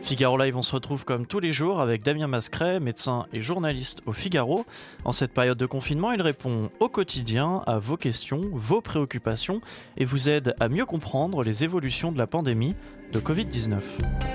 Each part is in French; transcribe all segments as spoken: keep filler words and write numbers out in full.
Figaro Live, on se retrouve comme tous les jours avec Damien Mascret, médecin et journaliste au Figaro. En cette période de confinement, il répond au quotidien à vos questions, vos préoccupations et vous aide à mieux comprendre les évolutions de la pandémie de covid dix-neuf.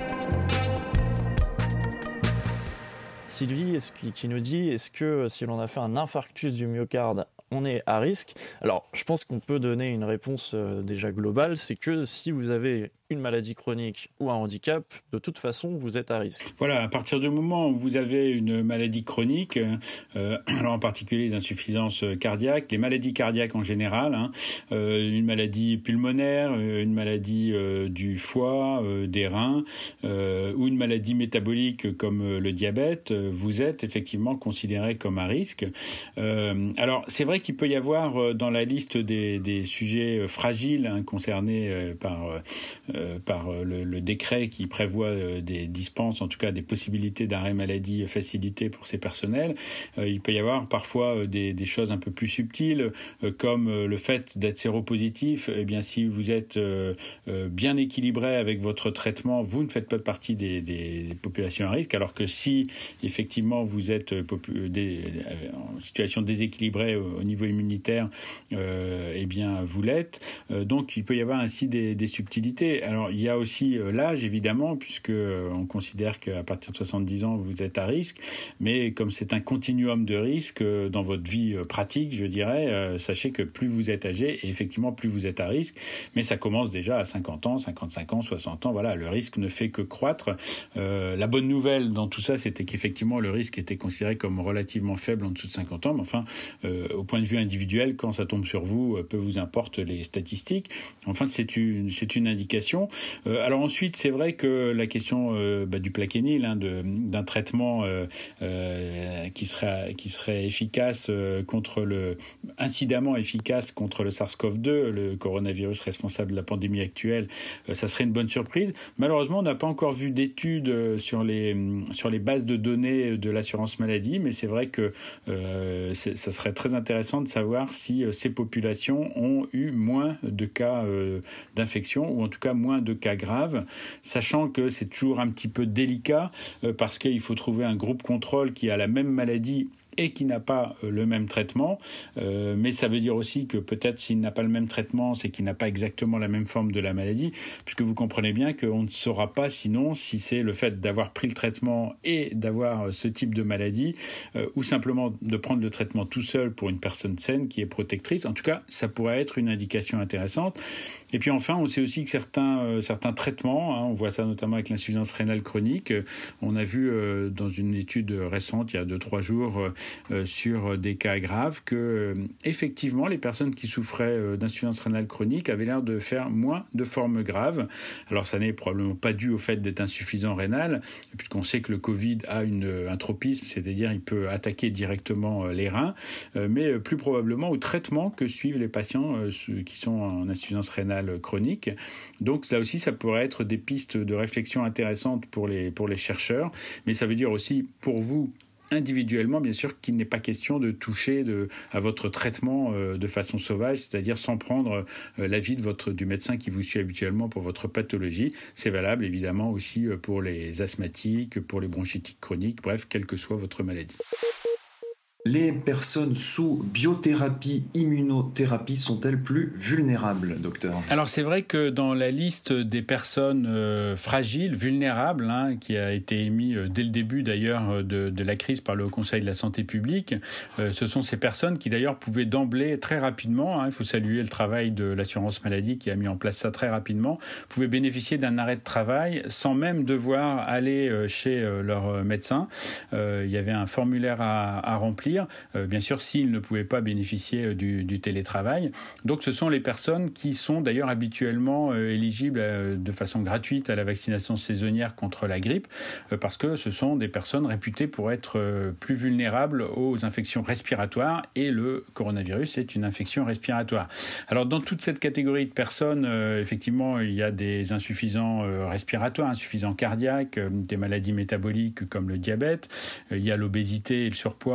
Sylvie est-ce qui, qui nous dit, est-ce que si l'on a fait un infarctus du myocarde, on est à risque? Alors, je pense qu'on peut donner une réponse euh, déjà globale, c'est que si vous avez une maladie chronique ou un handicap, de toute façon, vous êtes à risque. Voilà, à partir du moment où vous avez une maladie chronique, euh, alors en particulier les insuffisances cardiaques, les maladies cardiaques en général, hein, euh, une maladie pulmonaire, une maladie euh, du foie, euh, des reins, euh, ou une maladie métabolique comme le diabète, vous êtes effectivement considéré comme à risque. Euh, alors, c'est vrai qu'il peut y avoir dans la liste des, des sujets fragiles hein, concernés euh, par... Euh, Euh, par le, le décret qui prévoit euh, des dispenses, en tout cas des possibilités d'arrêt maladie facilité pour ces personnels. Euh, il peut y avoir parfois euh, des, des choses un peu plus subtiles, euh, comme euh, le fait d'être séropositif. Eh bien, si vous êtes euh, euh, bien équilibré avec votre traitement, vous ne faites pas partie des, des, des populations à risque, alors que si effectivement vous êtes euh, popu- des, euh, en situation déséquilibrée au, au niveau immunitaire, euh, eh bien vous l'êtes. Euh, donc il peut y avoir ainsi des, des subtilités. Alors, il y a aussi euh, l'âge, évidemment, puisque euh, on considère qu'à partir de soixante-dix ans, vous êtes à risque. Mais comme c'est un continuum de risques euh, dans votre vie euh, pratique, je dirais, euh, sachez que plus vous êtes âgé, et effectivement, plus vous êtes à risque. Mais ça commence déjà à cinquante ans, cinquante-cinq ans, soixante ans. Voilà, le risque ne fait que croître. Euh, la bonne nouvelle dans tout ça, c'était qu'effectivement, le risque était considéré comme relativement faible en dessous de cinquante ans. Mais enfin, euh, au point de vue individuel, quand ça tombe sur vous, euh, peu vous importe les statistiques. Enfin, c'est une, c'est une indication. Euh, alors ensuite, c'est vrai que la question euh, bah, du plaquenil, hein, de, d'un traitement euh, euh, qui serait qui serait efficace euh, contre le incidemment efficace contre le SARS-CoV deux, le coronavirus responsable de la pandémie actuelle, euh, ça serait une bonne surprise. Malheureusement, on n'a pas encore vu d'études sur les sur les bases de données de l'assurance maladie, mais c'est vrai que euh, c'est, ça serait très intéressant de savoir si euh, ces populations ont eu moins de cas euh, d'infection ou en tout cas moins de cas graves, sachant que c'est toujours un petit peu délicat euh, parce qu'il faut trouver un groupe contrôle qui a la même maladie et qui n'a pas euh, le même traitement, euh, mais ça veut dire aussi que peut-être s'il n'a pas le même traitement, c'est qu'il n'a pas exactement la même forme de la maladie, puisque vous comprenez bien qu'on ne saura pas sinon si c'est le fait d'avoir pris le traitement et d'avoir ce type de maladie, euh, ou simplement de prendre le traitement tout seul pour une personne saine qui est protectrice. En tout cas, ça pourrait être une indication intéressante. Et puis enfin, on sait aussi que certains, euh, certains traitements, hein, on voit ça notamment avec l'insuffisance rénale chronique, euh, on a vu euh, dans une étude récente, il y a deux trois jours, euh, Euh, sur des cas graves que euh, effectivement les personnes qui souffraient euh, d'insuffisance rénale chronique avaient l'air de faire moins de formes graves. Alors ça n'est probablement pas dû au fait d'être insuffisant rénal, puisqu'on sait que le Covid a une, un tropisme, c'est-à-dire il peut attaquer directement euh, les reins, euh, mais euh, plus probablement au traitement que suivent les patients euh, ceux qui sont en insuffisance rénale chronique. Donc là aussi ça pourrait être des pistes de réflexion intéressantes pour les, pour les chercheurs, mais ça veut dire aussi pour vous individuellement, bien sûr, qu'il n'est pas question de toucher de, à votre traitement euh, de façon sauvage, c'est-à-dire sans prendre euh, l'avis de votre, du médecin qui vous suit habituellement pour votre pathologie. C'est valable, évidemment, aussi euh, pour les asthmatiques, pour les bronchitiques chroniques, bref, quelle que soit votre maladie. Les personnes sous biothérapie, immunothérapie sont-elles plus vulnérables, docteur ? Alors c'est vrai que dans la liste des personnes euh, fragiles, vulnérables, hein, qui a été émis euh, dès le début d'ailleurs de, de la crise par le Haut Conseil de la Santé publique, euh, ce sont ces personnes qui d'ailleurs pouvaient d'emblée très rapidement, hein, il faut saluer le travail de l'assurance maladie qui a mis en place ça très rapidement, pouvaient bénéficier d'un arrêt de travail sans même devoir aller euh, chez euh, leur médecin. Euh, il y avait un formulaire à, à remplir. Euh, bien sûr, s'ils ne pouvaient pas bénéficier du, du télétravail. Donc, ce sont les personnes qui sont d'ailleurs habituellement euh, éligibles euh, de façon gratuite à la vaccination saisonnière contre la grippe, euh, parce que ce sont des personnes réputées pour être euh, plus vulnérables aux infections respiratoires, et le coronavirus est une infection respiratoire. Alors, dans toute cette catégorie de personnes, euh, effectivement, il y a des insuffisants euh, respiratoires, insuffisants cardiaques, euh, des maladies métaboliques comme le diabète, euh, il y a l'obésité et le surpoids, on, on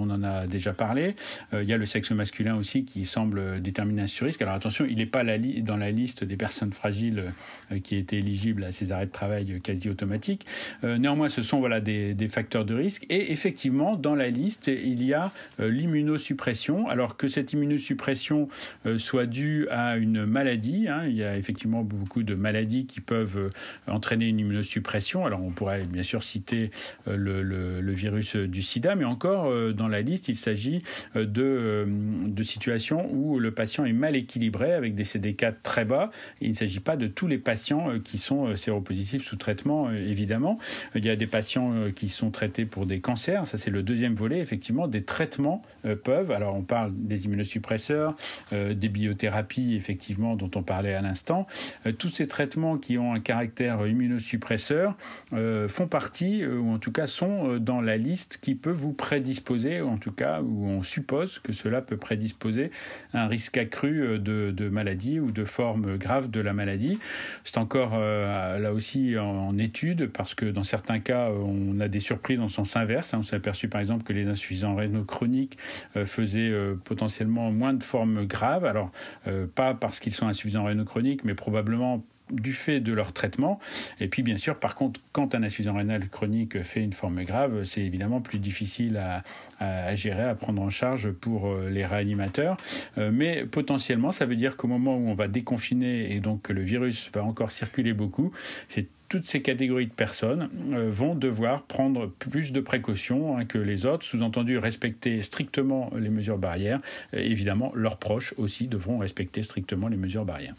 on en a déjà parlé. Euh, il y a le sexe masculin aussi qui semble déterminer ce risque. Alors attention, il n'est pas la li- dans la liste des personnes fragiles euh, qui étaient éligibles à ces arrêts de travail quasi automatiques. Euh, néanmoins, ce sont voilà, des, des facteurs de risque. Et effectivement, dans la liste, il y a euh, l'immunosuppression. Alors que cette immunosuppression euh, soit due à une maladie, hein, il y a effectivement beaucoup de maladies qui peuvent euh, entraîner une immunosuppression. Alors on pourrait bien sûr citer euh, le, le, le virus du sida, mais encore euh, dans la liste, il s'agit euh, de, euh, de situations où le patient est mal équilibré avec des C D quatre très bas. Il ne s'agit pas de tous les patients euh, qui sont euh, séropositifs sous traitement, euh, évidemment. Il y a des patients euh, qui sont traités pour des cancers. Ça, c'est le deuxième volet, effectivement. Des traitements euh, peuvent, alors on parle des immunosuppresseurs, euh, des biothérapies, effectivement, dont on parlait à l'instant. Euh, tous ces traitements qui ont un caractère immunosuppresseur euh, font partie, euh, ou en tout cas sont euh, dans la liste qui peut vous prédisposer, ou en tout cas où on suppose que cela peut prédisposer à un risque accru euh, de, de maladie ou de forme grave de la maladie. C'est encore euh, là aussi en, en étude, parce que dans certains cas, on a des surprises en sens inverse. On s'est aperçu par exemple que les insuffisants rénaux chroniques euh, faisaient euh, potentiellement moins de formes graves. Alors, euh, pas parce qu'ils sont insuffisants rénaux chroniques, mais probablement du fait de leur traitement. Et puis bien sûr, par contre, quand un insuffisant rénal chronique fait une forme grave, c'est évidemment plus difficile à, à gérer, à prendre en charge pour les réanimateurs. Euh, mais potentiellement, ça veut dire qu'au moment où on va déconfiner et donc que le virus va encore circuler beaucoup, c'est toutes ces catégories de personnes euh, vont devoir prendre plus de précautions hein, que les autres, sous-entendu respecter strictement les mesures barrières. Euh, évidemment, leurs proches aussi devront respecter strictement les mesures barrières.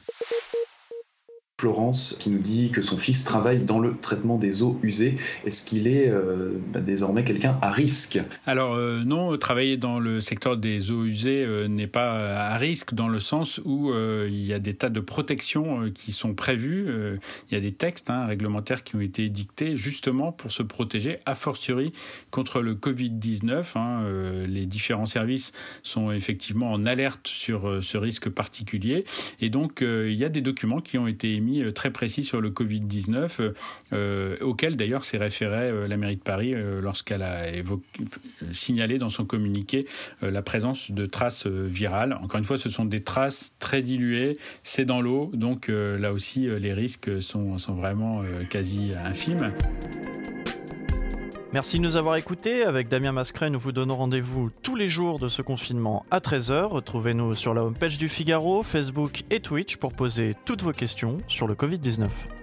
Florence qui nous dit que son fils travaille dans le traitement des eaux usées. Est-ce qu'il est euh, bah, désormais quelqu'un à risque ? Alors euh, non, travailler dans le secteur des eaux usées euh, n'est pas à risque dans le sens où euh, il y a des tas de protections euh, qui sont prévues. Euh, il y a des textes hein, réglementaires qui ont été édictés justement pour se protéger a fortiori contre le covid dix-neuf. Hein. Euh, les différents services sont effectivement en alerte sur euh, ce risque particulier et donc euh, il y a des documents qui ont été émis très précis sur le covid dix-neuf, euh, auquel d'ailleurs s'est référé euh, la mairie de Paris euh, lorsqu'elle a évoqué, euh, signalé dans son communiqué euh, la présence de traces euh, virales. Encore une fois, ce sont des traces très diluées, c'est dans l'eau, donc euh, là aussi euh, les risques sont, sont vraiment euh, quasi infimes. Merci de nous avoir écoutés. Avec Damien Mascret, nous vous donnons rendez-vous tous les jours de ce confinement à treize heures. Retrouvez-nous sur la homepage du Figaro, Facebook et Twitch pour poser toutes vos questions sur le covid dix-neuf.